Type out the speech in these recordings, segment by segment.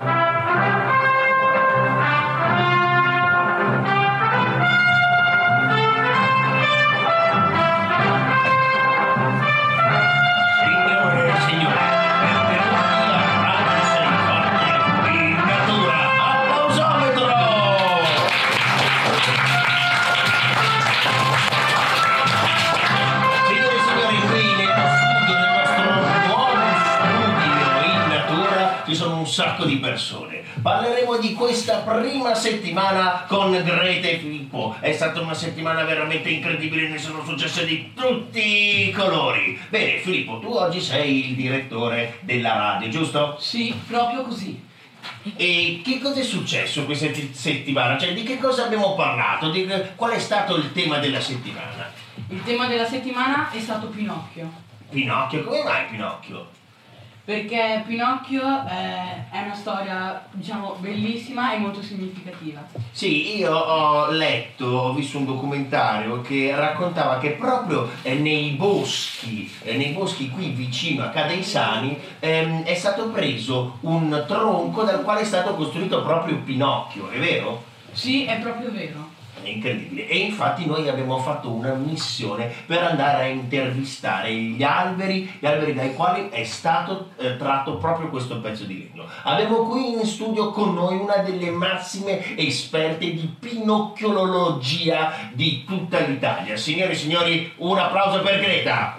Sacco di persone. Parleremo di questa prima settimana con Greta e Filippo. È stata una settimana veramente incredibile, ne sono successe di tutti i colori. Bene, Filippo, tu oggi sei il direttore della radio, giusto? Sì, proprio così. E che cosa è successo questa settimana? Cioè, di che cosa abbiamo parlato? Qual è stato il tema della settimana? Il tema della settimana è stato Pinocchio. Pinocchio? Come mai Pinocchio? Perché Pinocchio è una storia, diciamo, bellissima e molto significativa. Sì, io ho visto un documentario che raccontava che proprio nei boschi qui vicino a Cadeisani è stato preso un tronco dal quale è stato costruito proprio Pinocchio, è vero? Sì, è proprio vero. È incredibile. E infatti noi abbiamo fatto una missione per andare a intervistare gli alberi dai quali è stato tratto proprio questo pezzo di legno. Abbiamo qui in studio con noi una delle massime esperte di pinocchiologia di tutta l'Italia. Signore e signori, un applauso per Greta.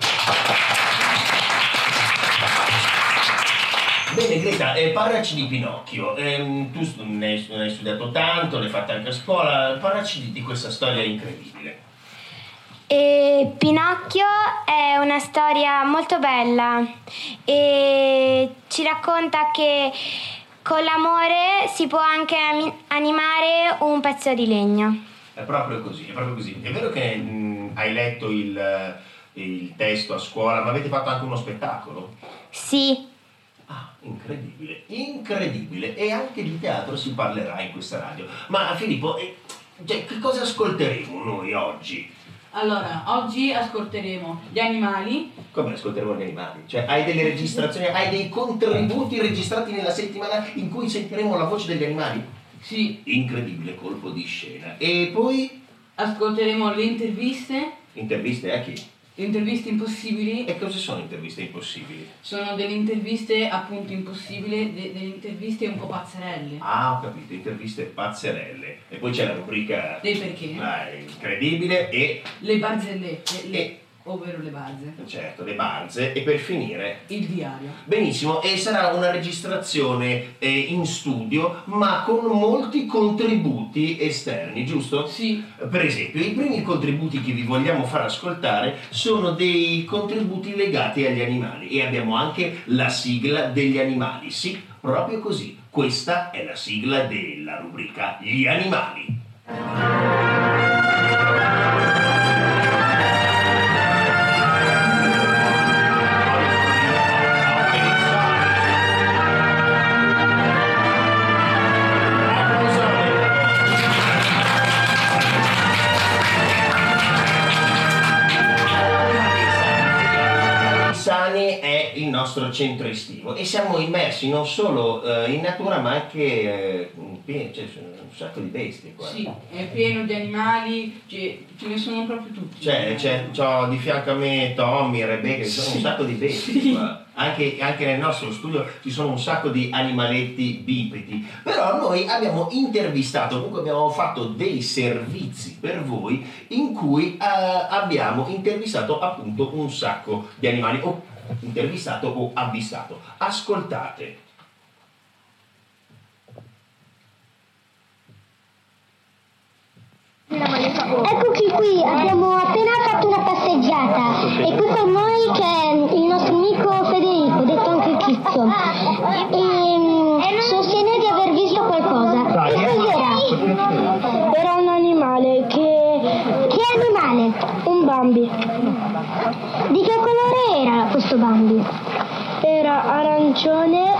Bene Greta, parlaci di Pinocchio. Tu ne hai studiato tanto, l'hai fatta anche a scuola, parlaci di questa storia incredibile. Pinocchio è una storia molto bella e ci racconta che con l'amore si può anche animare un pezzo di legno. È proprio così, è proprio così. È vero che hai letto il testo a scuola, ma avete fatto anche uno spettacolo? Sì. Ah, incredibile, incredibile. E anche di teatro si parlerà in questa radio. Ma Filippo, che cosa ascolteremo noi oggi? Allora, oggi ascolteremo gli animali. Come ascolteremo gli animali? Cioè, hai delle registrazioni, hai dei contributi registrati nella settimana in cui sentiremo la voce degli animali? Sì. Incredibile colpo di scena. E poi? Ascolteremo le interviste. Interviste a chi? Interviste impossibili. E cosa sono interviste impossibili? Sono delle interviste appunto impossibili, delle interviste un po' pazzerelle. Ah, ho capito, interviste pazzerelle. E poi c'è la rubrica dei perché. Incredibile e le barzellette, ovvero le barze. Certo, le barze. E per finire il diario. Benissimo, e sarà una registrazione in studio ma con molti contributi esterni, giusto? Sì. Per esempio, i primi contributi che vi vogliamo far ascoltare sono dei contributi legati agli animali e abbiamo anche la sigla degli animali. Sì, proprio così. Questa è la sigla della rubrica Gli animali. È il nostro centro estivo e siamo immersi non solo in natura ma anche c'è un sacco di bestie qua. Sì, è pieno di animali, ce ne sono proprio tutti. C'ho di fianco a me Tommy, Rebecca, ci sono un sacco di bestie qua. Anche nel nostro studio ci sono un sacco di animaletti bipedi. Però noi abbiamo intervistato, comunque abbiamo fatto dei servizi per voi in cui abbiamo intervistato appunto un sacco di animali, o intervistato o avvistato. Ascoltate. Eccoci qui, abbiamo appena fatto una passeggiata e qui con noi c'è il nostro amico Federico, detto anche Chicchio, e sostiene di aver visto qualcosa. Che cos'era? Era un animale Che animale? Un Bambi. Di che colore era questo Bambi? Era arancione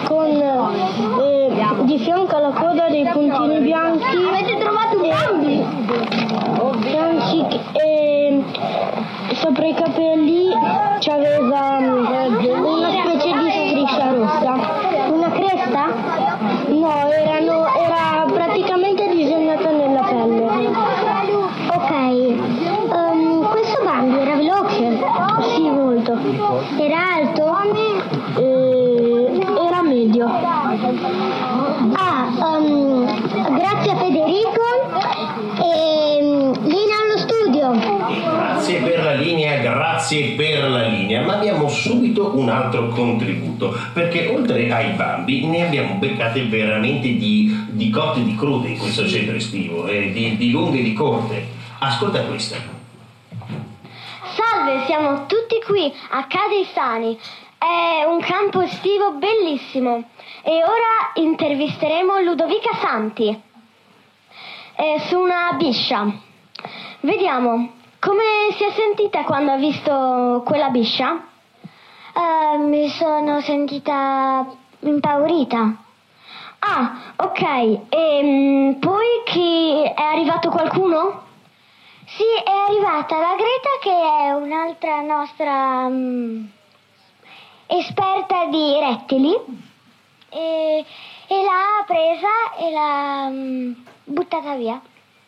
con di fianco alla coda dei puntini bianchi. Avete trovato un Bambi? Bianchi e sopra i capelli c'aveva una specie di striscia rossa. Una cresta? Sì, molto. Era alto? Era medio. Grazie a Federico e Lina allo studio. Grazie per la linea, grazie per la linea, ma abbiamo subito un altro contributo, perché oltre ai bambi ne abbiamo beccate veramente di cotte e di crude in questo centro estivo, di lunghe e di corte. Ascolta questa. Salve, siamo tutti qui a Cadeissani. È un campo estivo bellissimo e ora intervisteremo Ludovica Santi su una biscia. Vediamo, come si è sentita quando ha visto quella biscia? Mi sono sentita impaurita. Ah, ok. E poi è arrivato qualcuno? Sì, è arrivata la Greta, che è un'altra nostra esperta di rettili, e l'ha presa e l'ha buttata via.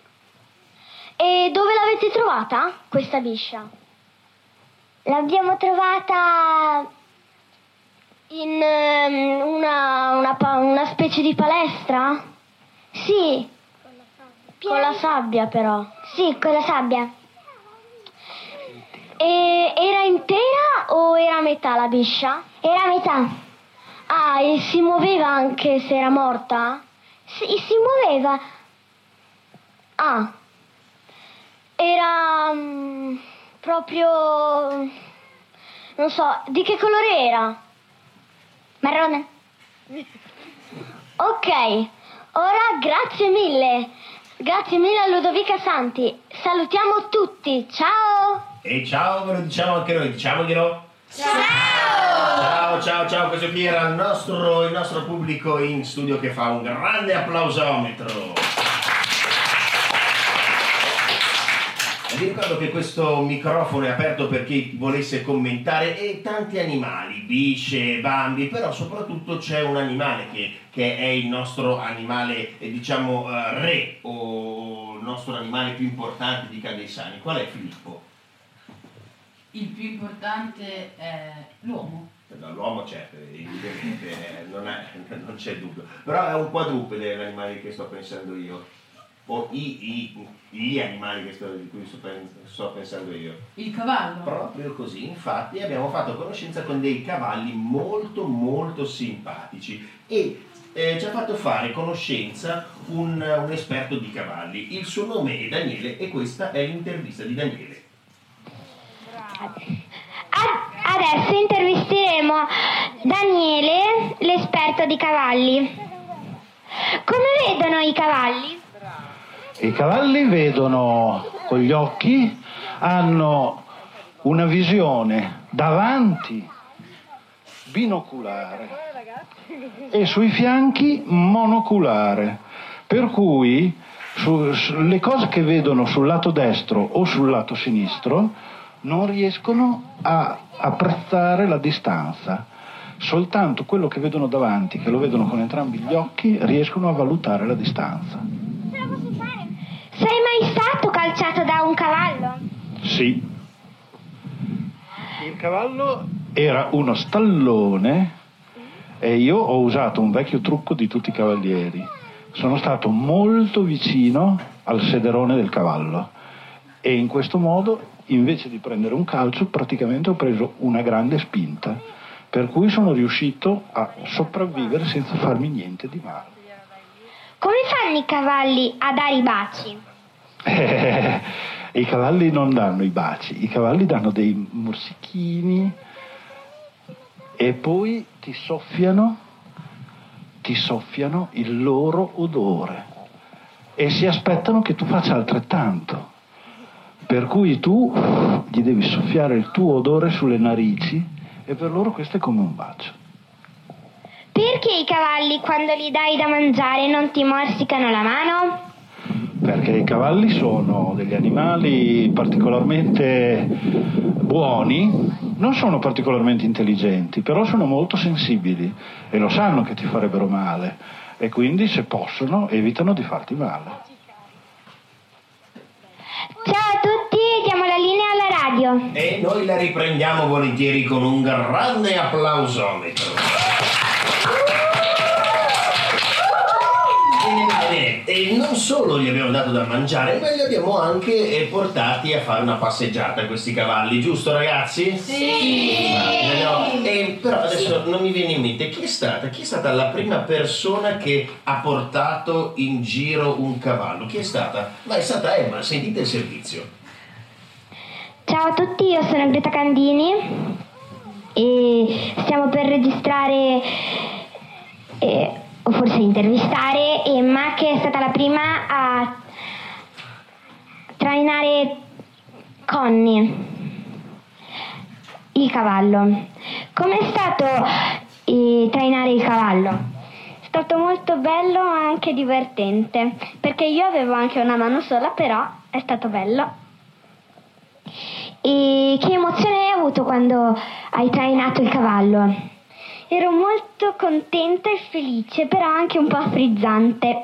E dove l'avete trovata, questa biscia? L'abbiamo trovata in una specie di palestra? Sì. Con la sabbia però. Sì, con la sabbia. E era intera o era a metà la biscia? Era a metà. Ah, e si muoveva anche se era morta? Sì, si muoveva. Ah. Era proprio... non so, di che colore era? Marrone. Ok, ora grazie mille. Grazie mille a Ludovica Santi. Salutiamo tutti. Ciao. E ciao, ve lo diciamo anche noi, diciamoglielo. Ciao, questo qui era il nostro pubblico in studio che fa un grande applausometro. Vi ricordo che questo microfono è aperto per chi volesse commentare, e tanti animali, bisce, bambi, però soprattutto c'è un animale che è il nostro animale, diciamo, re, o il nostro animale più importante di Cadeissani. Qual è, Filippo? Il più importante è l'uomo. No, l'uomo certo, evidentemente, non c'è dubbio, però è un quadrupede l'animale che sto pensando io. O gli animali di cui sto pensando io. Il cavallo. Proprio così, infatti abbiamo fatto conoscenza con dei cavalli molto molto simpatici e ci ha fatto fare conoscenza un esperto di cavalli. Il suo nome è Daniele e questa è l'intervista di Daniele. Adesso intervisteremo Daniele, l'esperto di cavalli. Come vedono i cavalli? I cavalli vedono con gli occhi, hanno una visione davanti binoculare e sui fianchi monoculare, per cui le cose che vedono sul lato destro o sul lato sinistro non riescono a apprezzare la distanza. Soltanto quello che vedono davanti, che lo vedono con entrambi gli occhi, riescono a valutare la distanza. Sei mai stato calciato da un cavallo? Sì. Il cavallo era uno stallone e io ho usato un vecchio trucco di tutti i cavalieri. Sono stato molto vicino al sederone del cavallo e in questo modo, invece di prendere un calcio, praticamente ho preso una grande spinta, per cui sono riuscito a sopravvivere senza farmi niente di male. Come fanno i cavalli a dare i baci? I cavalli non danno i baci, i cavalli danno dei morsichini e poi ti soffiano il loro odore e si aspettano che tu faccia altrettanto, per cui tu gli devi soffiare il tuo odore sulle narici e per loro questo è come un bacio. Perché i cavalli, quando gli dai da mangiare, non ti morsicano la mano? Perché i cavalli sono degli animali particolarmente buoni, non sono particolarmente intelligenti, però sono molto sensibili e lo sanno che ti farebbero male e quindi, se possono, evitano di farti male. Ciao a tutti, diamo la linea alla radio. studio. E noi la riprendiamo volentieri con un grande applausometro. Bene. E non solo gli abbiamo dato da mangiare, ma li abbiamo anche portati a fare una passeggiata questi cavalli, giusto ragazzi? Sì! Però adesso non mi viene in mente chi è stata la prima persona che ha portato in giro un cavallo? Chi è stata? Ma è stata Emma, sentite il servizio. Ciao a tutti, io sono Greta Candini e stiamo per registrare o forse intervistare Emma, che è stata la prima a trainare Conny, il cavallo. Com'è stato trainare il cavallo? È stato molto bello, anche divertente, perché io avevo anche una mano sola, però è stato bello. E che emozione hai avuto quando hai trainato il cavallo? Ero molto contenta e felice, però anche un po' frizzante.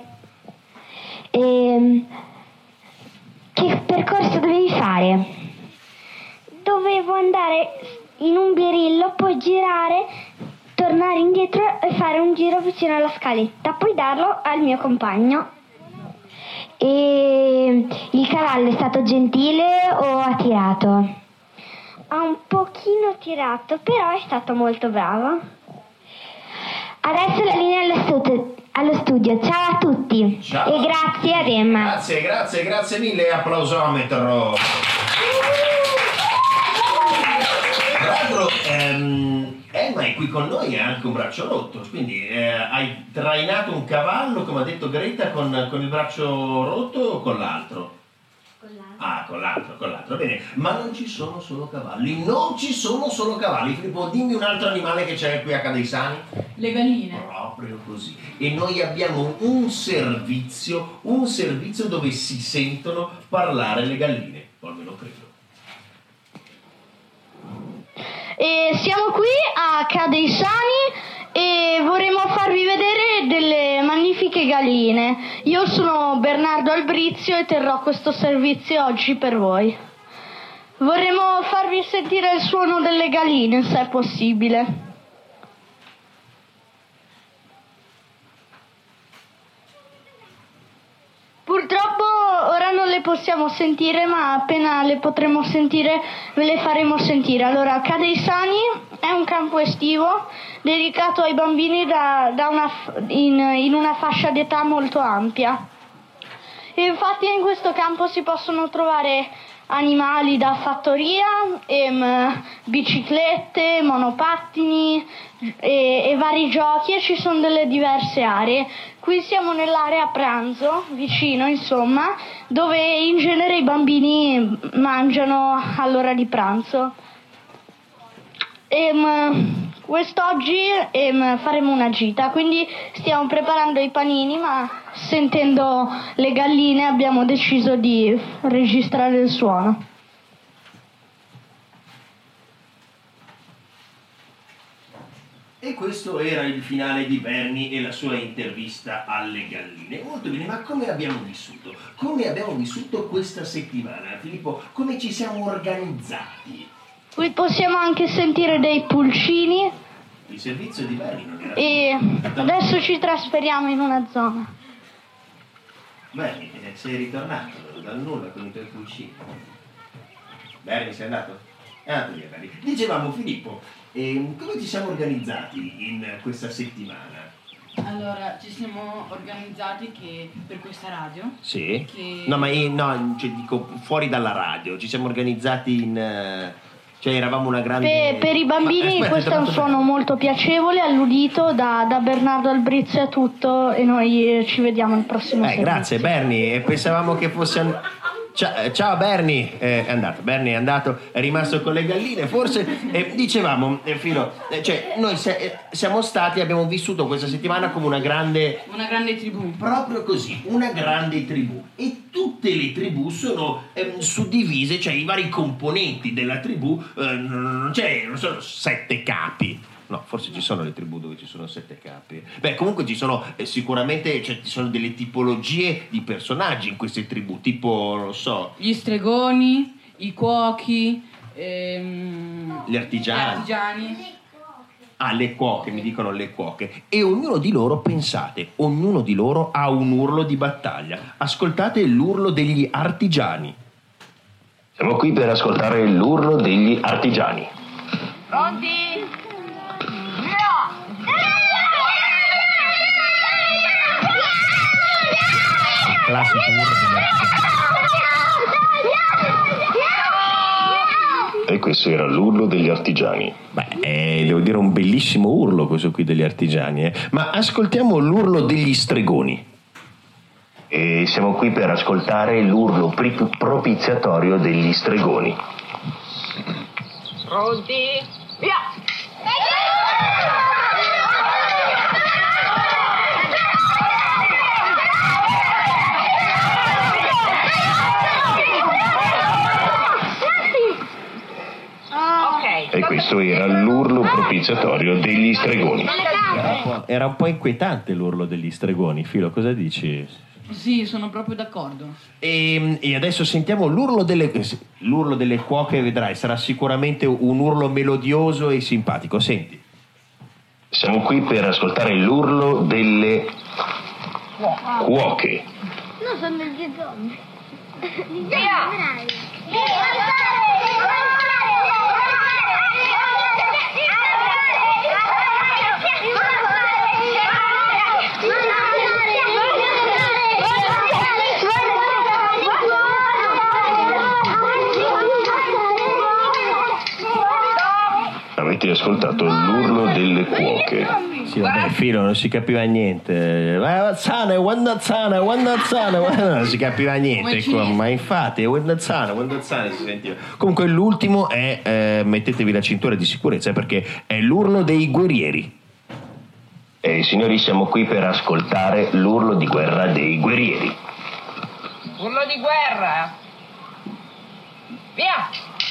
Che percorso dovevi fare? Dovevo andare in un birillo, poi girare, tornare indietro e fare un giro vicino alla scaletta, poi darlo al mio compagno. E il cavallo è stato gentile o ha tirato? Ha un pochino tirato, però è stato molto bravo. Adesso la linea allo studio. Ciao a tutti. Ciao. E grazie ad Emma. Grazie mille, applausometro. Tra l'altro Emma è qui con noi e ha anche un braccio rotto, quindi hai trainato un cavallo, come ha detto Greta, con il braccio rotto o con l'altro? Con l'altro, bene, ma non ci sono solo cavalli, Filippo, dimmi un altro animale che c'è qui a Cadeisani. Le galline. Proprio così, e noi abbiamo un servizio dove si sentono parlare le galline, o almeno credo. Siamo qui a Cadeisani e vorremmo farvi vedere delle magnifiche galline. Io sono Bernardo Albrizio e terrò questo servizio oggi per voi. Vorremmo farvi sentire il suono delle galline, se è possibile. Purtroppo ora non le possiamo sentire, ma appena le potremo sentire ve le faremo sentire. Allora, Cadeisani è un campo estivo dedicato ai bambini in una fascia d'età molto ampia. E infatti in questo campo si possono trovare animali da fattoria, biciclette, monopattini e vari giochi, e ci sono delle diverse aree. Qui siamo nell'area pranzo, vicino insomma, dove in genere i bambini mangiano all'ora di pranzo. Quest'oggi faremo una gita, quindi stiamo preparando i panini, ma sentendo le galline abbiamo deciso di registrare il suono. E questo era il finale di Bernie e la sua intervista alle galline. Molto bene, ma come abbiamo vissuto? Come abbiamo vissuto questa settimana? Filippo, come ci siamo organizzati? Qui possiamo anche sentire dei pulcini. Il servizio di Bernie non era... E adesso ci trasferiamo in una zona. Bernie, sei ritornato dal nulla con i tuoi pulcini. Bernie, sei andato? È andato via, Bernie. Dicevamo, Filippo, come ci siamo organizzati in questa settimana? Allora, ci siamo organizzati per questa radio. Sì? No, dico fuori dalla radio. Ci siamo organizzati in... Cioè eravamo una grande... Per i bambini questo è un suono molto piacevole, all'udito da Bernardo Albrizio è tutto, e noi ci vediamo al prossimo servizio. Grazie Bernie, pensavamo che fosse... Ciao Bernie, è andato, è rimasto con le galline, forse dicevamo, Filo, cioè noi siamo stati, abbiamo vissuto questa settimana come una grande tribù. Proprio così, una grande tribù, e tutte le tribù sono suddivise, cioè i vari componenti della tribù, non sono 7 capi. No, forse ci sono le tribù dove ci sono 7 capi. Beh, comunque ci sono sicuramente, cioè, ci sono delle tipologie di personaggi in queste tribù, tipo, non so... Gli stregoni, i cuochi, Gli artigiani. Le cuoche, mi dicono le cuoche. E ognuno di loro, pensate, ognuno di loro ha un urlo di battaglia. Ascoltate l'urlo degli artigiani. Siamo qui per ascoltare l'urlo degli artigiani. Pronti? Il classico urlo degli artigiani. E questo era l'urlo degli artigiani. Devo dire un bellissimo urlo questo qui degli artigiani. Ma ascoltiamo l'urlo degli stregoni. E siamo qui per ascoltare l'urlo propiziatorio degli stregoni. Pronti? Via! E questo era l'urlo propiziatorio degli stregoni. Era un po' inquietante l'urlo degli stregoni. Filo, cosa dici? Sì, sono proprio d'accordo. E adesso sentiamo l'urlo delle cuoche, vedrai, sarà sicuramente un urlo melodioso e simpatico. Senti. Siamo qui per ascoltare l'urlo delle cuoche. No, sono degli zombie. Avete ascoltato l'urlo delle cuoche. Sì, vabbè, Filo, non si capiva niente. Non si capiva niente qua, ma infatti si sentiva. Comunque l'ultimo è mettetevi la cintura di sicurezza perché è l'urlo dei guerrieri. E signori, siamo qui per ascoltare l'urlo di guerra dei guerrieri. Urlo di guerra! Via!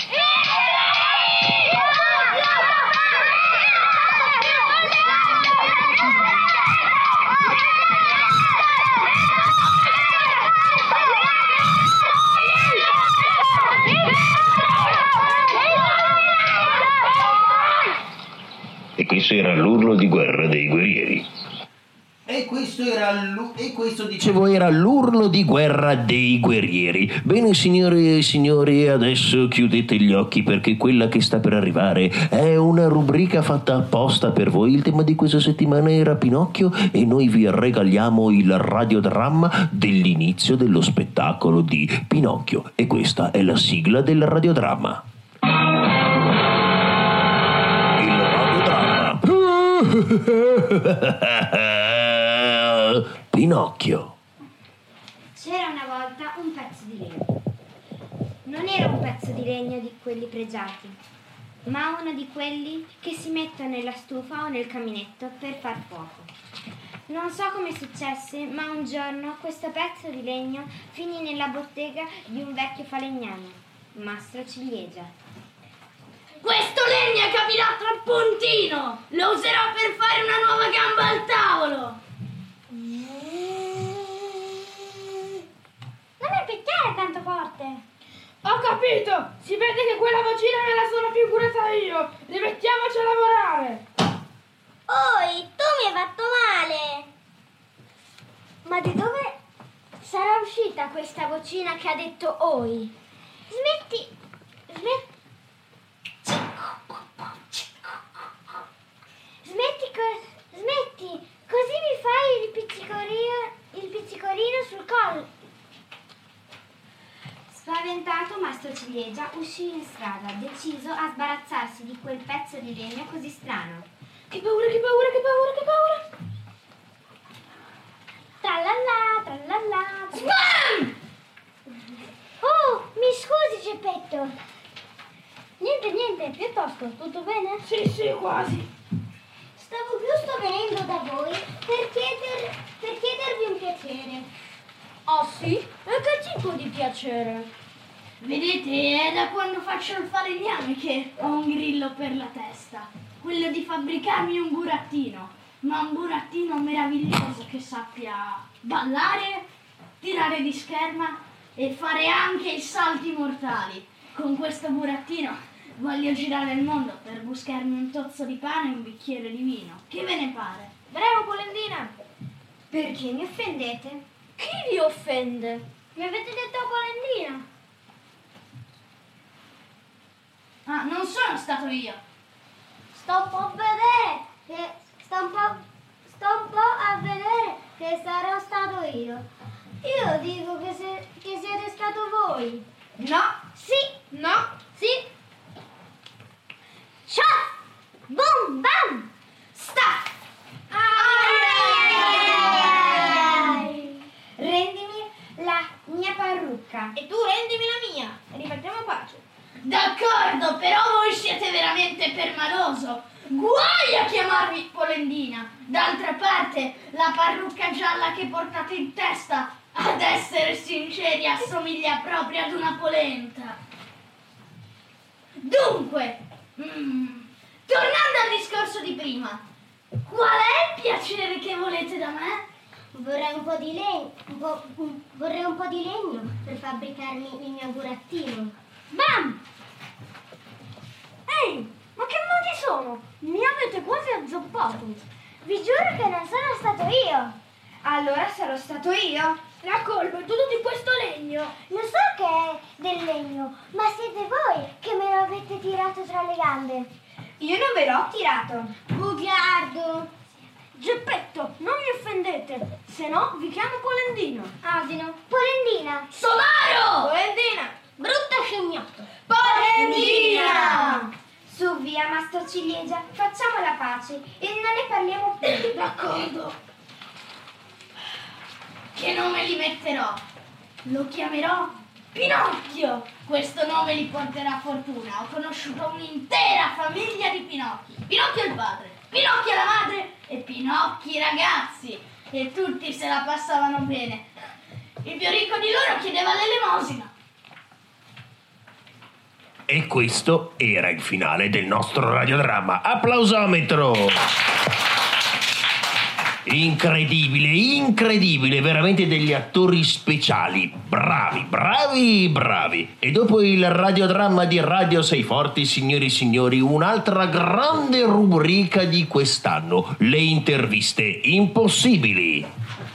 E questo era l'urlo di guerra dei guerrieri. E questo dicevo era l'urlo di guerra dei guerrieri. Bene, signore e signori, adesso chiudete gli occhi perché quella che sta per arrivare è una rubrica fatta apposta per voi. Il tema di questa settimana era Pinocchio e noi vi regaliamo il radiodramma dell'inizio dello spettacolo di Pinocchio. E questa è la sigla del radiodramma. Il radiodramma. Pinocchio. C'era una volta un pezzo di legno. Non era un pezzo di legno di quelli pregiati, ma uno di quelli che si mettono nella stufa o nel caminetto per far fuoco. Non so come successe, ma un giorno questo pezzo di legno finì nella bottega di un vecchio falegname, Mastro Ciliegia. Questo legno è capitato al puntino! Lo userò per fare una nuova gamba al tavolo! Non mi picchiare tanto forte. Ho capito! Si vede che quella vocina me la sono figurata io! Rimettiamoci a lavorare! Oi, tu mi hai fatto male. Ma di dove sarà uscita questa vocina che ha detto oi? Smetti. Smetti, così mi fai il pizzicorino sul collo. Spaventato, Mastro Ciliegia uscì in strada, deciso a sbarazzarsi di quel pezzo di legno così strano. Che paura, che paura, che paura, che paura! Trallallà. Spam! Oh, mi scusi Geppetto. Niente, piuttosto, tutto bene? Sì, quasi. Stavo giusto venendo da voi per chiedervi un piacere. Oh sì? E che tipo di piacere? Vedete, è da quando faccio il falegname che ho un grillo per la testa. Quello di fabbricarmi un burattino. Ma un burattino meraviglioso che sappia ballare, tirare di scherma e fare anche i salti mortali. Con questo burattino Voglio girare il mondo per buscarmi un tozzo di pane e un bicchiere di vino. Che ve ne pare? Bravo, Polendina! Perché mi offendete? Chi vi offende? Mi avete detto Polendina? Ah, non sono stato io. Sto un po' a vedere che sarò stato io. Io dico che siete stato voi. No. Sì. No. Sì. Shot! Boom! Bam! Sta! Rendimi la mia parrucca. E tu rendimi la mia. Rifacciamo pace. D'accordo, però voi siete veramente permaloso. Guai a chiamarvi Polendina. D'altra parte, la parrucca gialla che portate in testa, ad essere sinceri, assomiglia proprio ad una polenta. Dunque, tornando al discorso di prima, qual è il piacere che volete da me? Vorrei un po' di legno per fabbricarmi il mio burattino. Bam! Ehi, ma che modi sono? Mi avete quasi azzoppato. Vi giuro che non sono stato io. Allora sarò stato io. La colpa è tutto di questo legno. Lo so che è del legno, ma siete voi che me lo avete tirato tra le gambe. Io non ve l'ho tirato. Bugiardo. Geppetto, non mi offendete, se no vi chiamo Polendino. Asino. Polendina. Solaro! Polendina! Brutta scimmiotto. Polendina! Su via, Mastro Ciliegia, facciamo la pace e non ne parliamo più. D'accordo. Che nome gli metterò? Lo chiamerò Pinocchio. Questo nome gli porterà fortuna. Ho conosciuto un'intera famiglia di Pinocchi. Pinocchio il padre, Pinocchio la madre e Pinocchi i ragazzi. E tutti se la passavano bene. Il più ricco di loro chiedeva l'elemosina. E questo era il finale del nostro radiodramma. Applausometro! Incredibile, veramente degli attori speciali. Bravi. E dopo il radiodramma di Radio Sei Forti, signori e signori, un'altra grande rubrica di quest'anno, le interviste impossibili.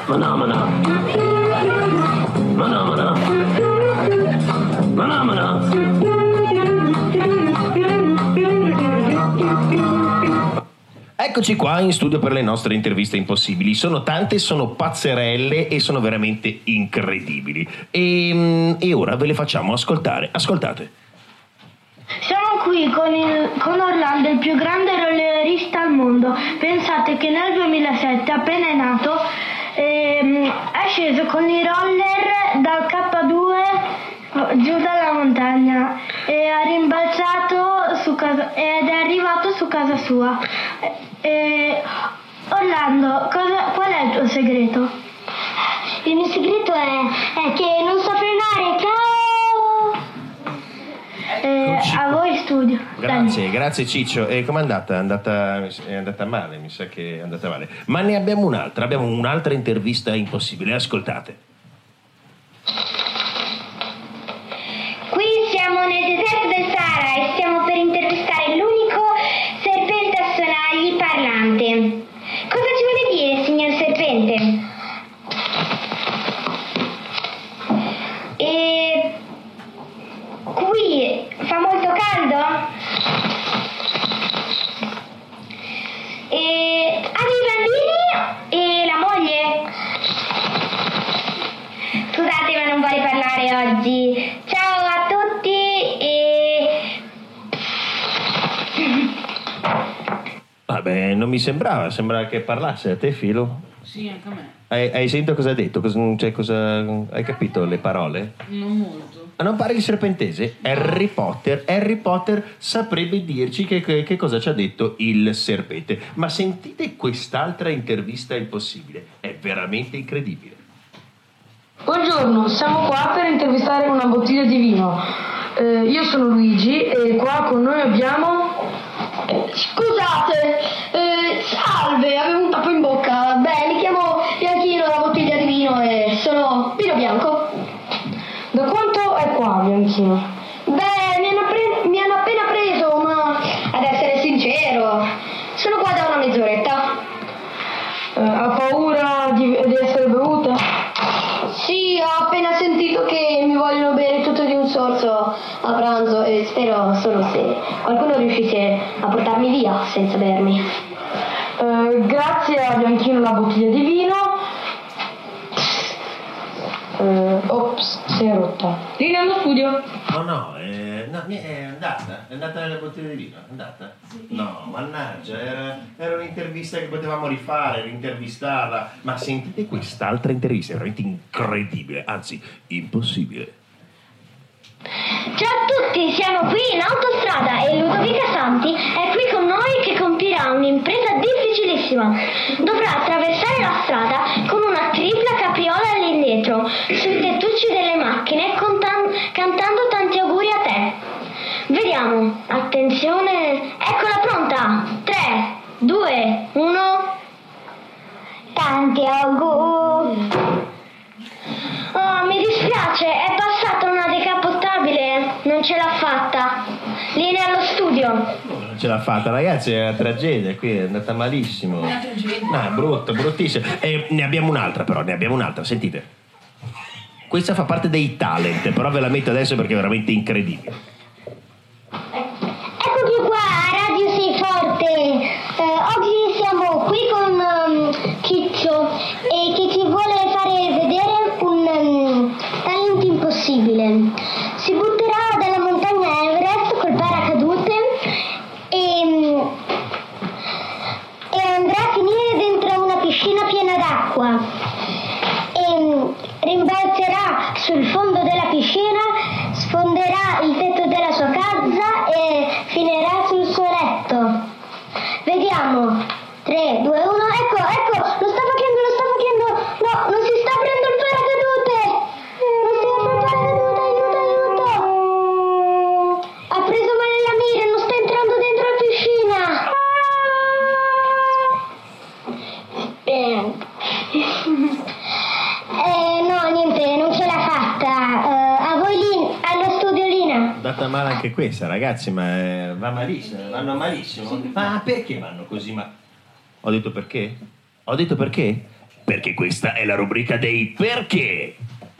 Eccoci qua in studio per le nostre interviste impossibili. Sono tante, sono pazzerelle e sono veramente incredibili. E ora ve le facciamo ascoltare. Ascoltate. Siamo qui con Orlando, il più grande rollerista al mondo. Pensate che nel 2007, appena è nato, è sceso con i roller dal K2 giù dalla montagna e ha rimbalzato su casa ed è arrivato su casa sua. Orlando, qual è il tuo segreto? Il mio segreto è che non so frenare. Ciao! A voi studio. Grazie Ciccio. E com'è andata? È andata male, mi sa che è andata male. Ma ne abbiamo un'altra intervista impossibile. Ascoltate. Qui siamo nel deserto del Sahara e stiamo per intervistare l'unico serpente a sonagli parlante. Cosa ci vuole dire, signor serpente? E qui fa molto caldo? E ha dei bambini e la moglie? Scusate, ma non vuole parlare oggi. Ciao a tutti e... Vabbè, non mi sembrava che parlasse. A te, Filo? Sì, anche a me. Hai sentito cosa ha detto? Hai capito le parole? Non molto. Non parli il serpentese? Harry Potter saprebbe dirci che cosa ci ha detto il serpente. Ma sentite quest'altra intervista impossibile. È veramente incredibile. Buongiorno, siamo qua per intervistare una bottiglia di vino. Io sono Luigi e qua con noi abbiamo... Scusate, salve, avevo un tappo in bocca. Beh, mi chiamo Bianchino, la bottiglia di vino e sono vino bianco. Da quanto è qua, Bianchino? Beh, mi hanno appena preso sono qua da una mezz'oretta. Ha paura di essere bevuta? Sì, ho appena sentito che mi vogliono bere tutto di un sorso a pranzo e spero solo se qualcuno riuscisse a portarmi via senza bermi. Grazie a Bianchino la bottiglia di vino. Ops, si è rotta. Lì nello studio. No, è andata nella bottiglia di vino, è andata? Sì. No, mannaggia, era un'intervista che potevamo rifare, rintervistarla, ma sentite quest'altra intervista, è veramente incredibile, anzi, impossibile. Ciao a tutti, siamo qui in autostrada e Ludovica Santi è qui con noi che compirà un'impresa difficilissima. Dovrà attraversare la strada con una tripla capriola all'indietro, sui tettucci delle macchine, cantando tanti auguri a te. Vediamo, attenzione, eccola pronta, 3, 2, 1... Tanti auguri! Oh, mi dispiace, è passata una decappottabile, non ce l'ha fatta. Linea allo studio. Non ce l'ha fatta, ragazzi, è una tragedia, qui è andata malissimo. Una tragedia? No, è brutta, bruttissima. E ne abbiamo un'altra però, sentite. Questa fa parte dei talent, però ve la metto adesso perché è veramente incredibile. Eccoci qua a Radio Sei Forte. Oggi siamo qui con Chiccio e che ci vuole fare vedere un talento impossibile. Si butterà dalla montagna Everest col paracadute e andrà a finire dentro una piscina piena d'acqua e rimbalzerà sul fondo della piscina, sfonderà il tetto della sua casa e finirà sul suo letto. Vediamo. 3, 2, 1, ecco, lo sta facendo. No, non si sta aprendo il paracadute. Non si apre il paracadute, aiuto. Ha preso male la mira, non sta entrando dentro la piscina. No, niente, non ce l'ha fatta. A voi lì, allo studio Lina. È andata male anche questa, ragazzi, ma va malissimo, vanno malissimo. Sì. Ma perché vanno così? Ma ho detto perché? Perché questa è la rubrica dei perché.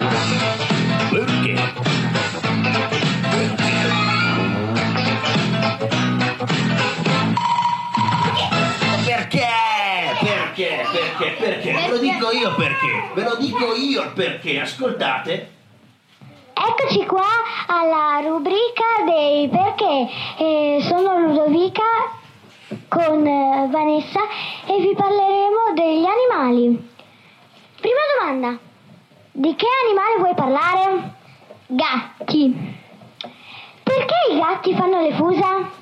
Perché? Ve lo dico io il perché, ascoltate. Eccoci qua alla rubrica dei perché. Sono Ludovica con Vanessa e vi parleremo degli animali. Prima domanda: di che animale vuoi parlare? Gatti. Perché i gatti fanno le fusa?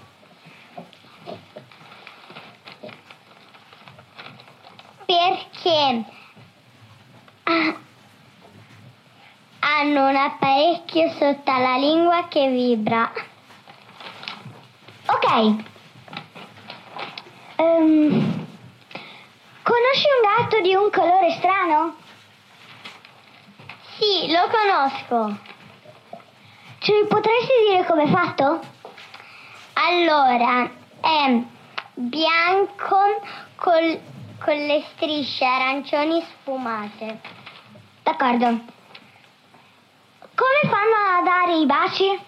Perché hanno un apparecchio sotto la lingua che vibra. Ok. Conosci un gatto di un colore strano? Sì, lo conosco. Ci potresti dire come è fatto? Allora, è bianco con le strisce arancioni sfumate. D'accordo. Come fanno a dare i baci?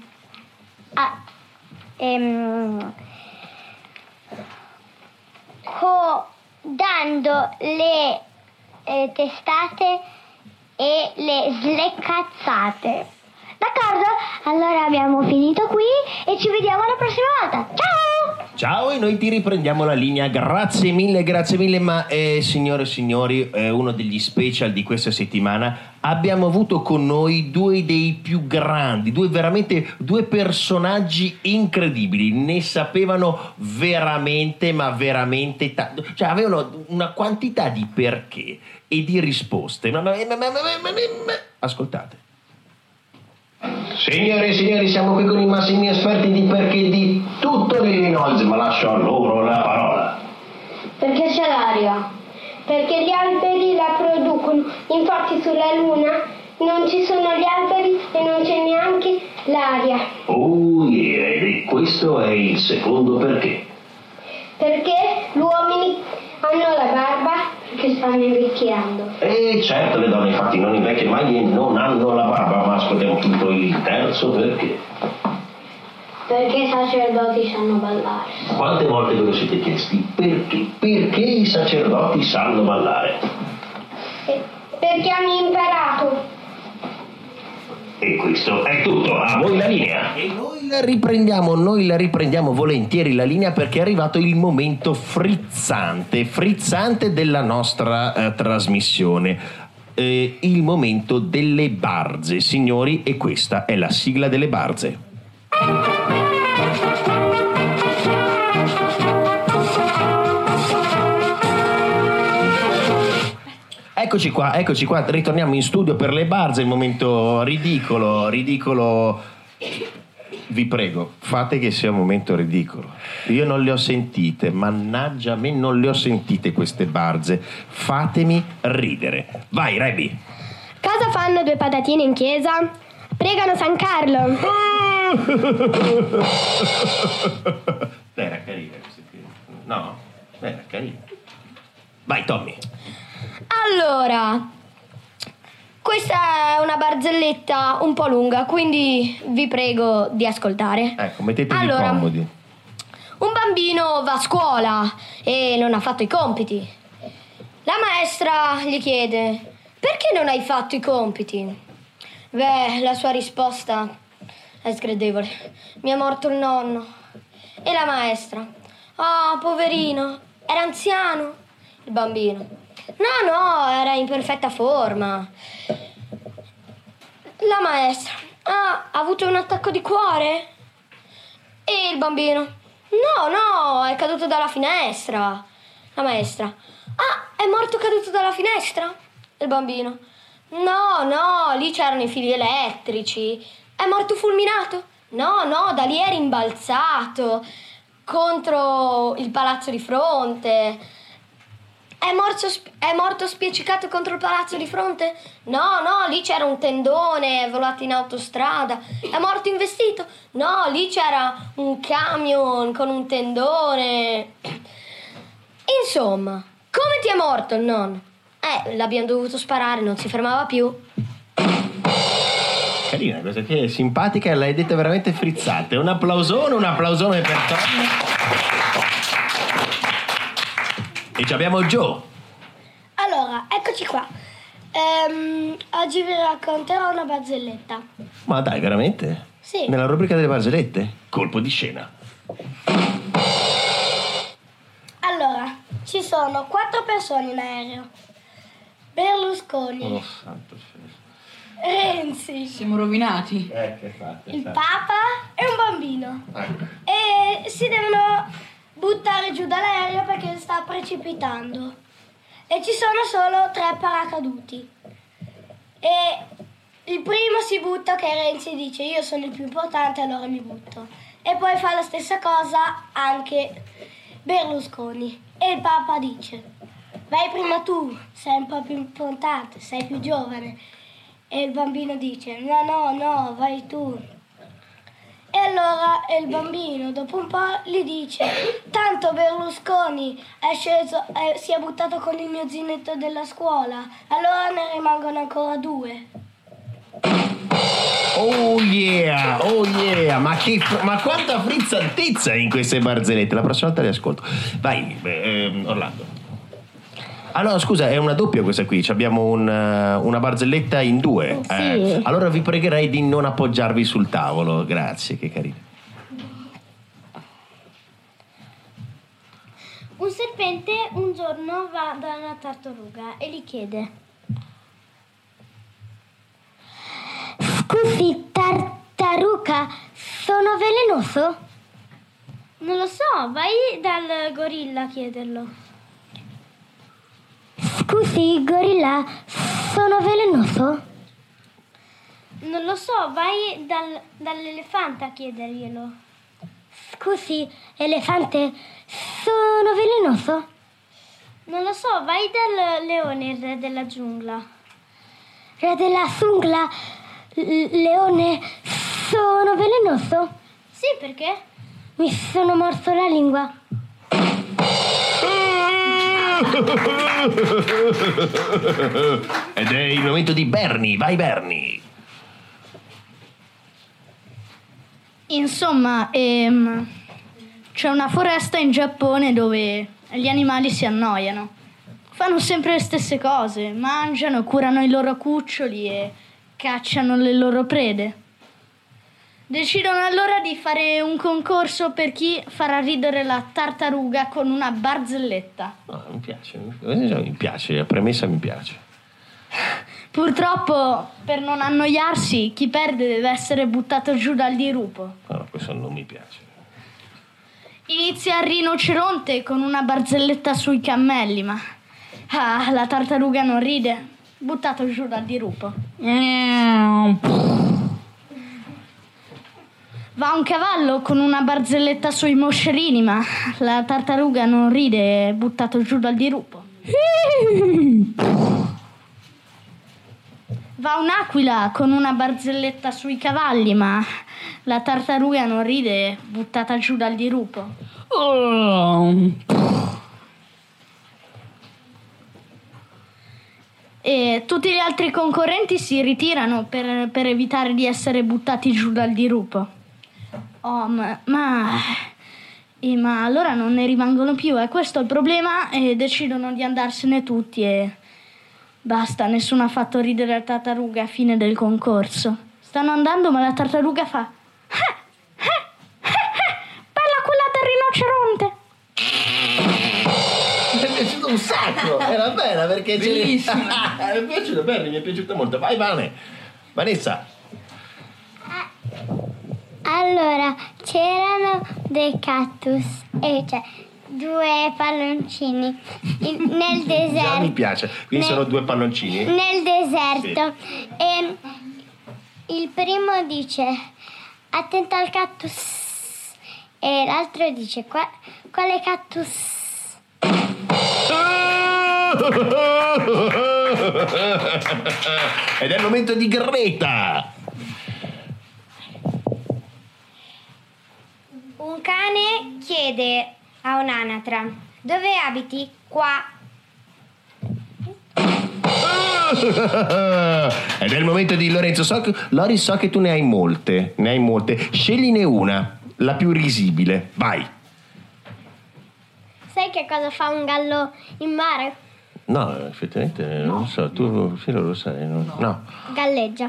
Dando le testate e le sleccazzate. D'accordo? Allora abbiamo finito qui e ci vediamo la prossima volta. Ciao! Ciao, e noi ti riprendiamo la linea. Grazie mille, ma signore e signori, uno degli special di questa settimana abbiamo avuto con noi due dei più grandi, due personaggi incredibili, ne sapevano veramente, ma veramente tanto, cioè avevano una quantità di perché e di risposte, ascoltate. Signore e signori, siamo qui con i massimi esperti di perché di tutto l'Illinois, ma lascio a loro la parola. Perché c'è l'aria. Perché gli alberi la producono. Infatti sulla Luna non ci sono gli alberi e non c'è neanche l'aria. Oh yeah, e questo è il secondo perché. Perché gli uomini hanno la barba che stanno invecchiando. Certo, le donne infatti non invecchiano mai e non hanno la barba, ma ascoltiamo tutto il terzo perché? Perché i sacerdoti sanno ballare. Quante volte ve lo siete chiesti? Perché i sacerdoti sanno ballare? Perché hanno imparato. E questo è tutto, a voi la linea. E noi la riprendiamo volentieri la linea perché è arrivato il momento frizzante della nostra trasmissione. Il momento delle barze, signori, e questa è la sigla delle barze. Eccoci qua, ritorniamo in studio per le barze, il momento ridicolo. Vi prego, fate che sia un momento ridicolo. Io non le ho sentite, mannaggia a me, non le ho sentite queste barze. Fatemi ridere. Vai, Rebi. Cosa fanno due patatine in chiesa? Pregano San Carlo. Era carina questa qui. No, era carina. Vai, Tommy. Allora, questa è una barzelletta un po' lunga, quindi vi prego di ascoltare. Ecco, mettetevi comodi. Un bambino va a scuola e non ha fatto i compiti. La maestra gli chiede: perché non hai fatto i compiti? Beh, la sua risposta è sgradevole. Mi è morto il nonno. E la maestra: ah, poverino, era anziano. Il bambino: no, era in perfetta forma. La maestra: ah, ha avuto un attacco di cuore? E il bambino: no, è caduto dalla finestra. La maestra: ah, è morto caduto dalla finestra? Il bambino: no, lì c'erano i fili elettrici. È morto fulminato? No, da lì è rimbalzato contro il palazzo di fronte. È morto spiaccicato contro il palazzo di fronte? No, lì c'era un tendone, è volato in autostrada. È morto investito? No, lì c'era un camion con un tendone. Insomma, come ti è morto il nonno? L'abbiamo dovuto sparare, non si fermava più. Carina, questa qui è simpatica e l'hai detta veramente frizzante. Un applausone per Tommy. E ci abbiamo Joe. Allora, eccoci qua. Oggi vi racconterò una barzelletta. Ma dai, veramente? Sì. Nella rubrica delle barzellette? Colpo di scena. Allora, ci sono 4 persone in aereo. Berlusconi. Oh, santo cielo. Siamo Renzi. rovinati. Che fate? Il Papa e un bambino. Ecco. E si devono buttare giù dall'aereo perché sta precipitando. E ci sono solo 3 paracaduti. E il primo si butta, che Renzi dice: io sono il più importante, allora mi butto. E poi fa la stessa cosa anche Berlusconi. E il Papa dice: vai prima tu, sei un po' più importante, sei più giovane. E il bambino dice: no, vai tu. E allora il bambino dopo un po' gli dice: tanto Berlusconi è sceso, si è buttato con il mio zinetto della scuola, allora ne rimangono ancora 2. Oh yeah, ma quanta frizzantezza in queste barzellette. La prossima volta le ascolto. Vai, Orlando. Ah no, scusa, è una doppia questa qui. Abbiamo una barzelletta in 2. Sì. Allora vi pregherei di non appoggiarvi sul tavolo. Grazie, che carino. Un serpente un giorno va da una tartaruga e gli chiede: scusi, tartaruga, sono velenoso? Non lo so, vai dal gorilla a chiederlo. Scusi, gorilla, sono velenoso? Non lo so, vai dall'elefante a chiederglielo. Scusi, elefante, sono velenoso? Non lo so, vai dal leone, il re della giungla. Re della giungla, leone, sono velenoso? Sì, perché? Mi sono morso la lingua. Ed è il momento di Bernie, vai Bernie. Insomma, c'è una foresta in Giappone dove gli animali si annoiano. Fanno sempre le stesse cose, mangiano, curano i loro cuccioli e cacciano le loro prede. Decidono allora di fare un concorso per chi farà ridere la tartaruga con una barzelletta. Mi piace, la premessa mi piace. Purtroppo, per non annoiarsi, chi perde deve essere buttato giù dal dirupo. No, questo non mi piace. Inizia il rinoceronte con una barzelletta sui cammelli, ma la tartaruga non ride, buttato giù dal dirupo. Va un cavallo con una barzelletta sui moscerini, ma la tartaruga non ride, buttato giù dal dirupo. Va un'aquila con una barzelletta sui cavalli, ma la tartaruga non ride, buttata giù dal dirupo. E tutti gli altri concorrenti si ritirano per evitare di essere buttati giù dal dirupo. Oh, ma allora non ne rimangono più, e questo è il problema, e decidono di andarsene tutti e basta, nessuno ha fatto ridere la tartaruga a fine del concorso. Stanno andando, ma la tartaruga fa bella quella del rinoceronte. Mi è piaciuto un sacco, era bella perché bellissima. Mi è piaciuto bene, mi è piaciuto molto. Vai Vanessa. Allora, c'erano dei cactus e cioè due palloncini nel deserto. Già mi piace, quindi sono due palloncini. Nel deserto. Sì. E il primo dice attento al cactus e l'altro dice quale cactus? Ed è il momento di Greta. Un cane chiede a un'anatra: dove abiti? Qua. Ed è il momento di Lorenzo. Lori, so che tu ne hai molte. Scegliene una, la più risibile. Vai. Sai che cosa fa un gallo in mare? No, effettivamente non lo so. Tu sì, lo sai. No. Galleggia.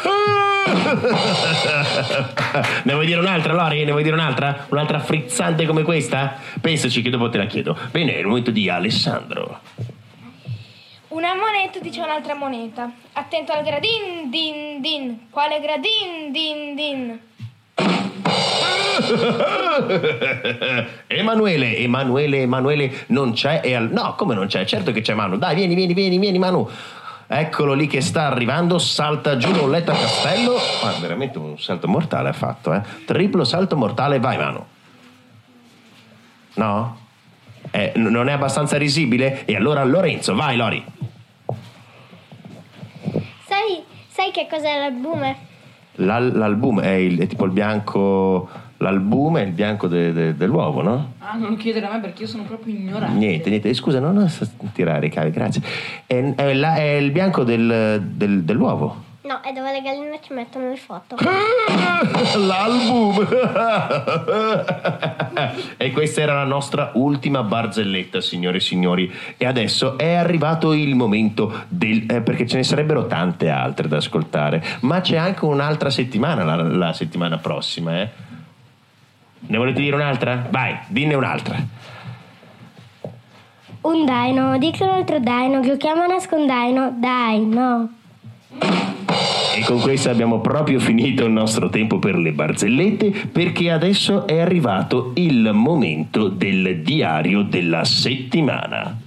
Ne vuoi dire un'altra, Lori? Ne vuoi dire un'altra? Un'altra frizzante come questa? Pensaci che dopo te la chiedo. Bene, è il momento di Alessandro. Una moneta dice un'altra moneta. Attento al gradin din din. Quale gradin din din? Emanuele non c'è. No, come non c'è? Certo che c'è Manu. Dai, vieni Manu. Eccolo lì che sta arrivando, salta giù un letto a castello. Veramente un salto mortale ha fatto, Triplo salto mortale, vai Manu. No? Non è abbastanza risibile? E allora Lorenzo, vai Lori. Sai che cos'è l'albume? L'albume è tipo il bianco. L'albume è il bianco dell'uovo, no? Non lo chiedere a me perché io sono proprio ignorante. Niente, scusa, non tirare i cavi, grazie. È il bianco dell'uovo. No, è dove le galline ci mettono le foto. L'album. E questa era la nostra ultima barzelletta, signore e signori. E adesso è arrivato il momento perché ce ne sarebbero tante altre da ascoltare, ma c'è anche un'altra settimana, la settimana prossima, Ne volete dire un'altra? Vai, dinne un'altra. Un dino, dice un altro dino, che lo chiama nascondaino, dino. E con questo abbiamo proprio finito il nostro tempo per le barzellette, perché adesso è arrivato il momento del diario della settimana.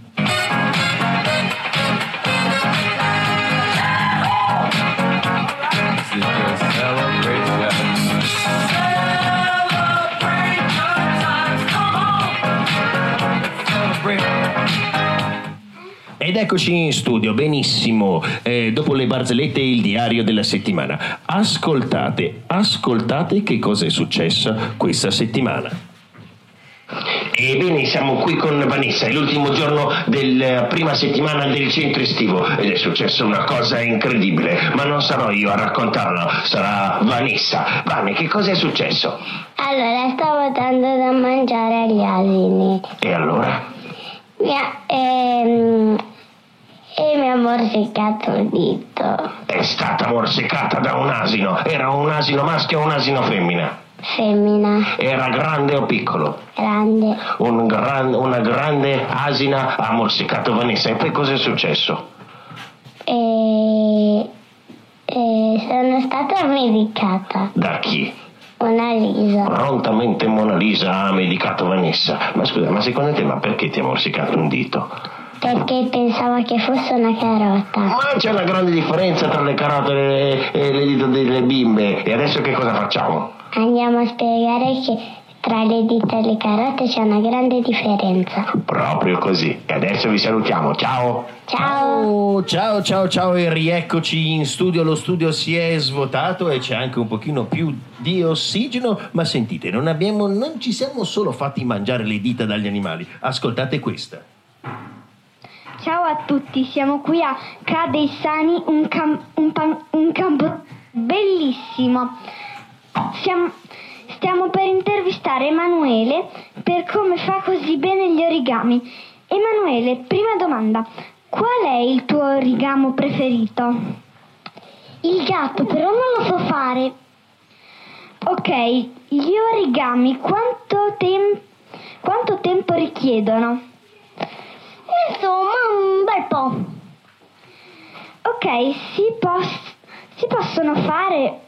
Ed eccoci in studio, benissimo, dopo le barzellette il diario della settimana. Ascoltate che cosa è successo questa settimana. Ebbene, siamo qui con Vanessa, è l'ultimo giorno della prima settimana del centro estivo ed è successa una cosa incredibile, ma non sarò io a raccontarlo, sarà Vanessa. Vane, che cosa è successo? Allora, stavo dando da mangiare agli asini. E allora? E mi ha morsicato il dito. È stata morsicata da un asino. Era un asino maschio o un asino femmina? Femmina. Era grande o piccolo? Grande. Una grande asina ha morsicato Vanessa. E poi cosa è successo? E sono stata medicata. Da chi? Mona Lisa. Prontamente Mona Lisa ha medicato Vanessa. Ma scusa, ma secondo te, perché ti ha morsicato un dito? Perché pensava che fosse una carota. Ma c'è una grande differenza tra le carote e le dita delle bimbe. E adesso che cosa facciamo? Andiamo a spiegare che tra le dita e le carote c'è una grande differenza. Proprio così. E adesso vi salutiamo. Ciao. Ciao. Ciao e rieccoci in studio. Lo studio si è svuotato e c'è anche un pochino più di ossigeno. Ma sentite, non ci siamo solo fatti mangiare le dita dagli animali. Ascoltate questa. Ciao a tutti, siamo qui a Ca' dei Sani, un campo bellissimo. Stiamo per intervistare Emanuele per come fa così bene gli origami. Emanuele, prima domanda, qual è il tuo origamo preferito? Il gatto, però non lo so fare. Ok, gli origami quanto tempo richiedono? Insomma, un bel po'. Ok, si possono fare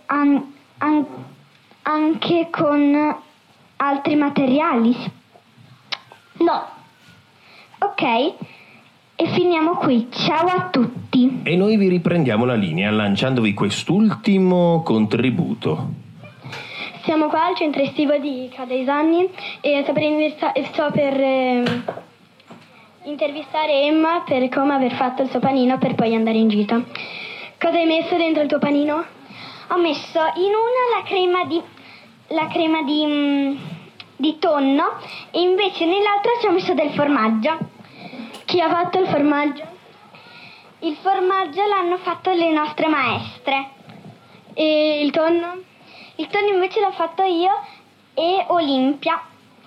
anche con altri materiali? No. Ok, e finiamo qui. Ciao a tutti. E noi vi riprendiamo la linea lanciandovi quest'ultimo contributo. Siamo qua al centro estivo di Ca' dei Sani e sto per intervistare Emma per come aver fatto il suo panino per poi andare in gita. Cosa hai messo dentro il tuo panino? Ho messo in una la crema di tonno e invece nell'altra ci ho messo del formaggio. Chi ha fatto il formaggio? Il formaggio l'hanno fatto le nostre maestre. E il tonno? Il tonno invece l'ho fatto io e Olimpia.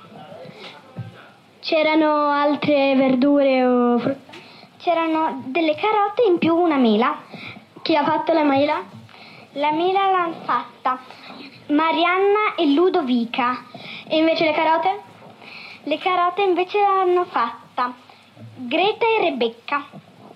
C'erano altre verdure o frutta? C'erano delle carote in più una mela. Chi ha fatto la mela? La mela l'hanno fatta Marianna e Ludovica. E invece le carote? Le carote invece l'hanno fatta Greta e Rebecca.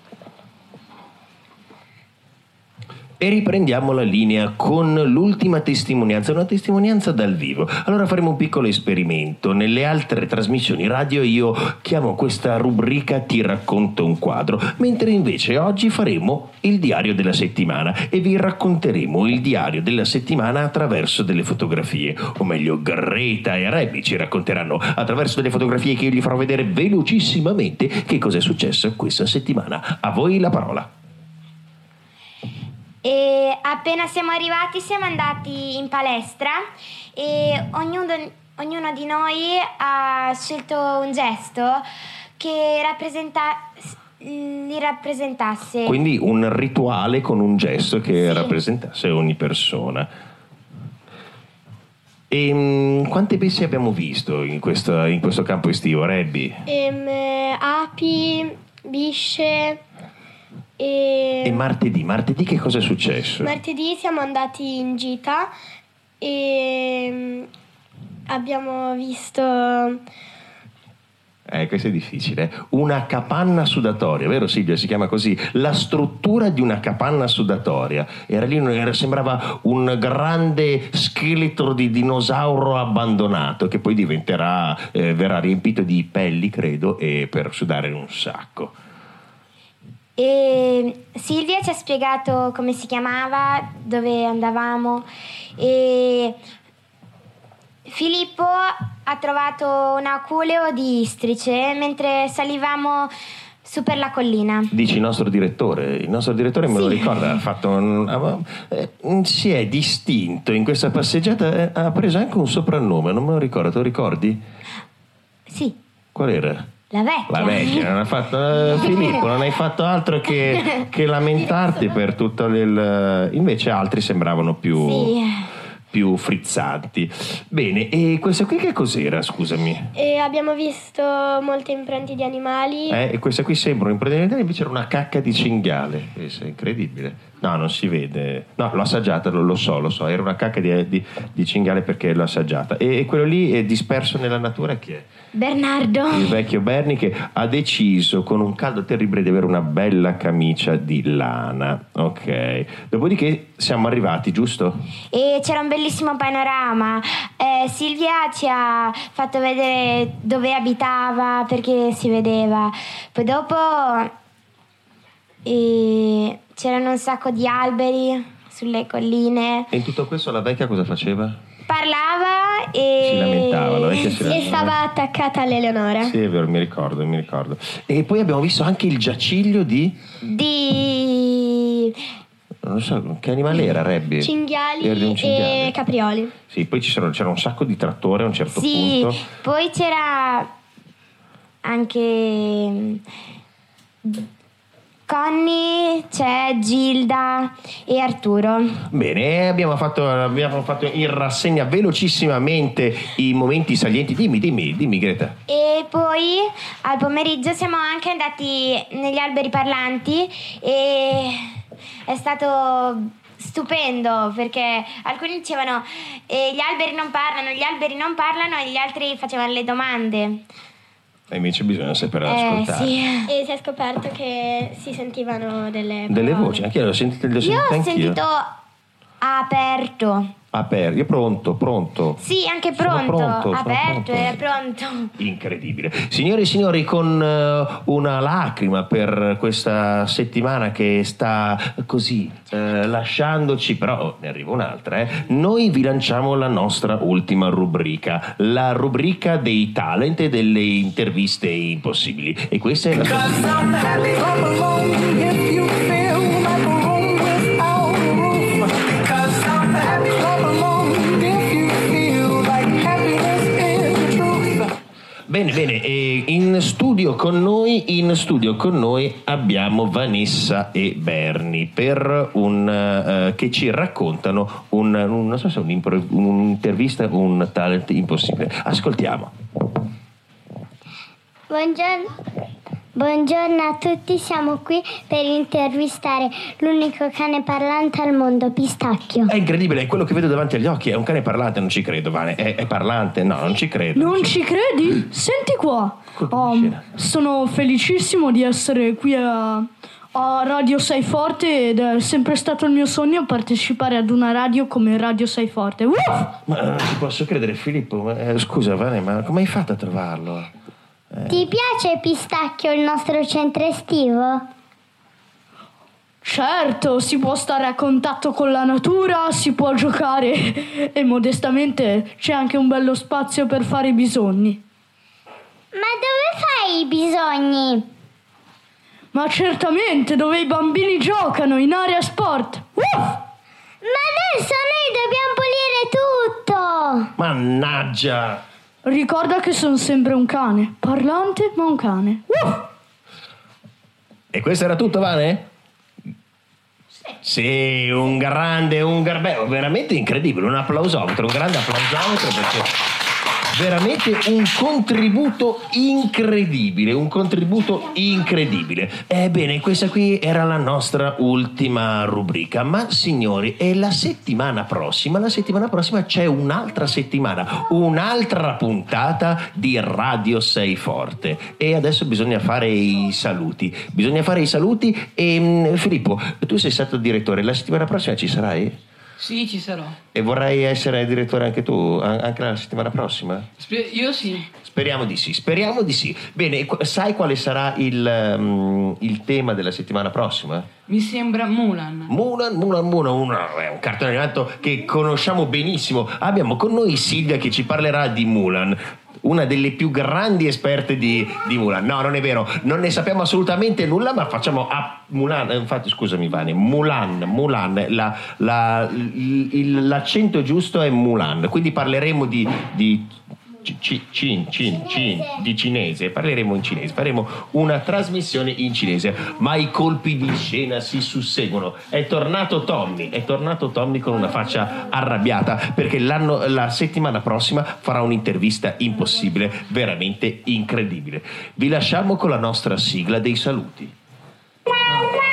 E riprendiamo la linea con l'ultima testimonianza, una testimonianza dal vivo. Allora faremo un piccolo esperimento. Nelle altre trasmissioni radio io chiamo questa rubrica Ti racconto un quadro, mentre invece oggi faremo il diario della settimana e vi racconteremo il diario della settimana attraverso delle fotografie. O meglio, Greta e Rebby ci racconteranno attraverso delle fotografie che io gli farò vedere velocissimamente che cosa è successo questa settimana. A voi la parola. E appena siamo arrivati siamo andati in palestra e ognuno di noi ha scelto un gesto che li rappresentasse. Quindi un rituale con un gesto che rappresentasse ogni persona. E quante bestie abbiamo visto in questo campo estivo, Rebby? Api, bisce. E martedì che cosa è successo? Martedì siamo andati in gita e abbiamo visto... Questo è difficile. Una capanna sudatoria, vero Silvia? Si chiama così. La struttura di una capanna sudatoria. Era lì, sembrava un grande scheletro di dinosauro abbandonato che poi verrà riempito di pelli, credo, e per sudare un sacco. E Silvia ci ha spiegato come si chiamava, dove andavamo e Filippo ha trovato un aculeo di istrice mentre salivamo su per la collina. Dici il nostro direttore me lo ricorda, ha fatto si è distinto in questa passeggiata, ha preso anche un soprannome, non me lo ricordo, te lo ricordi? Sì. Qual era? La vecchia. La vecchia, non ha fatto, Filippo, non hai fatto altro che lamentarti per tutto invece altri sembravano più frizzanti. Bene, e questa qui che cos'era, scusami? Abbiamo visto molte impronte di animali. E questa qui sembra un'impronta di animali, invece era una cacca di cinghiale. È incredibile. No, non si vede. No, l'ho assaggiata, lo so. Era una cacca di cinghiale perché l'ho assaggiata. E quello lì è disperso nella natura, chi è? Bernardo. Il vecchio Berni, che ha deciso con un caldo terribile di avere una bella camicia di lana. Ok. Dopodiché siamo arrivati, giusto? E c'era un bellissimo panorama. Silvia ci ha fatto vedere dove abitava perché si vedeva. Poi dopo c'erano un sacco di alberi sulle colline. E in tutto questo la vecchia cosa faceva? Parlava e si lamentava, la vecchia si lamentava. E stava attaccata all'Eleonora. Sì, è vero, mi ricordo. E poi abbiamo visto anche il giaciglio di non so, che animale era, Rebbi? Cinghiali e caprioli. Sì, poi c'era un sacco di trattori a un certo punto. Sì, poi c'era anche Conny, c'è Gilda e Arturo. Bene, abbiamo fatto in rassegna velocissimamente i momenti salienti. Dimmi Greta. E poi al pomeriggio siamo anche andati negli alberi parlanti e è stato stupendo perché alcuni dicevano gli alberi non parlano e gli altri facevano le domande. E invece bisogna saper ascoltare. Sì. E si è scoperto che si sentivano delle voci, anche io l'ho sentito Io ho sentito aperto. Io pronto. Sì, anche pronto. Aperto e pronto. Incredibile. Signore e signori, con una lacrima per questa settimana che sta così lasciandoci, però ne arriva un'altra, noi vi lanciamo la nostra ultima rubrica, la rubrica dei talent e delle interviste impossibili. E questa è Bene, e in studio con noi abbiamo Vanessa e Berni per che ci raccontano non so se un'intervista o un talent impossibile. Ascoltiamo. Buongiorno a tutti, siamo qui per intervistare l'unico cane parlante al mondo, Pistacchio. È incredibile, è quello che vedo davanti agli occhi, è un cane parlante, non ci credo, Vane. È parlante? No, non ci credo. Non ci credi? Senti qua. Sono felicissimo di essere qui a Radio 6 Forte ed è sempre stato il mio sogno partecipare ad una radio come Radio 6 Forte. Ma non ci posso credere, Filippo. Scusa, Vane, ma come hai fatto a trovarlo? Ti piace Pistacchio, il nostro centro estivo? Certo, si può stare a contatto con la natura, si può giocare e modestamente c'è anche un bello spazio per fare i bisogni. Ma dove fai i bisogni? Ma certamente, dove i bambini giocano, in area sport. Ma adesso noi dobbiamo pulire tutto! Mannaggia! Ricorda che sono sempre un cane, parlante ma un cane. E questo era tutto, Vane? Sì, un veramente incredibile, un applausometro, un grande applausometro perché veramente un contributo incredibile. Ebbene, questa qui era la nostra ultima rubrica, ma signori, è la settimana prossima c'è un'altra puntata di Radio 6 Forte e adesso bisogna fare i saluti e Filippo, tu sei stato direttore, la settimana prossima ci sarai? Sì, ci sarò. E vorrai essere direttore anche tu, anche la settimana prossima? Io sì. Speriamo di sì. Bene, sai quale sarà il tema della settimana prossima? Mi sembra Mulan. Mulan è un cartone animato che conosciamo benissimo. Abbiamo con noi Silvia che ci parlerà di Mulan, una delle più grandi esperte di Mulan. No, non è vero, non ne sappiamo assolutamente nulla, ma facciamo Mulan, infatti scusami Vane, Mulan, l'accento giusto è Mulan, quindi parleremo di di cinese, parleremo in cinese, faremo una trasmissione in cinese, ma i colpi di scena si susseguono. È tornato Tommy con una faccia arrabbiata perché la settimana prossima farà un'intervista impossibile, veramente incredibile. Vi lasciamo con la nostra sigla dei saluti.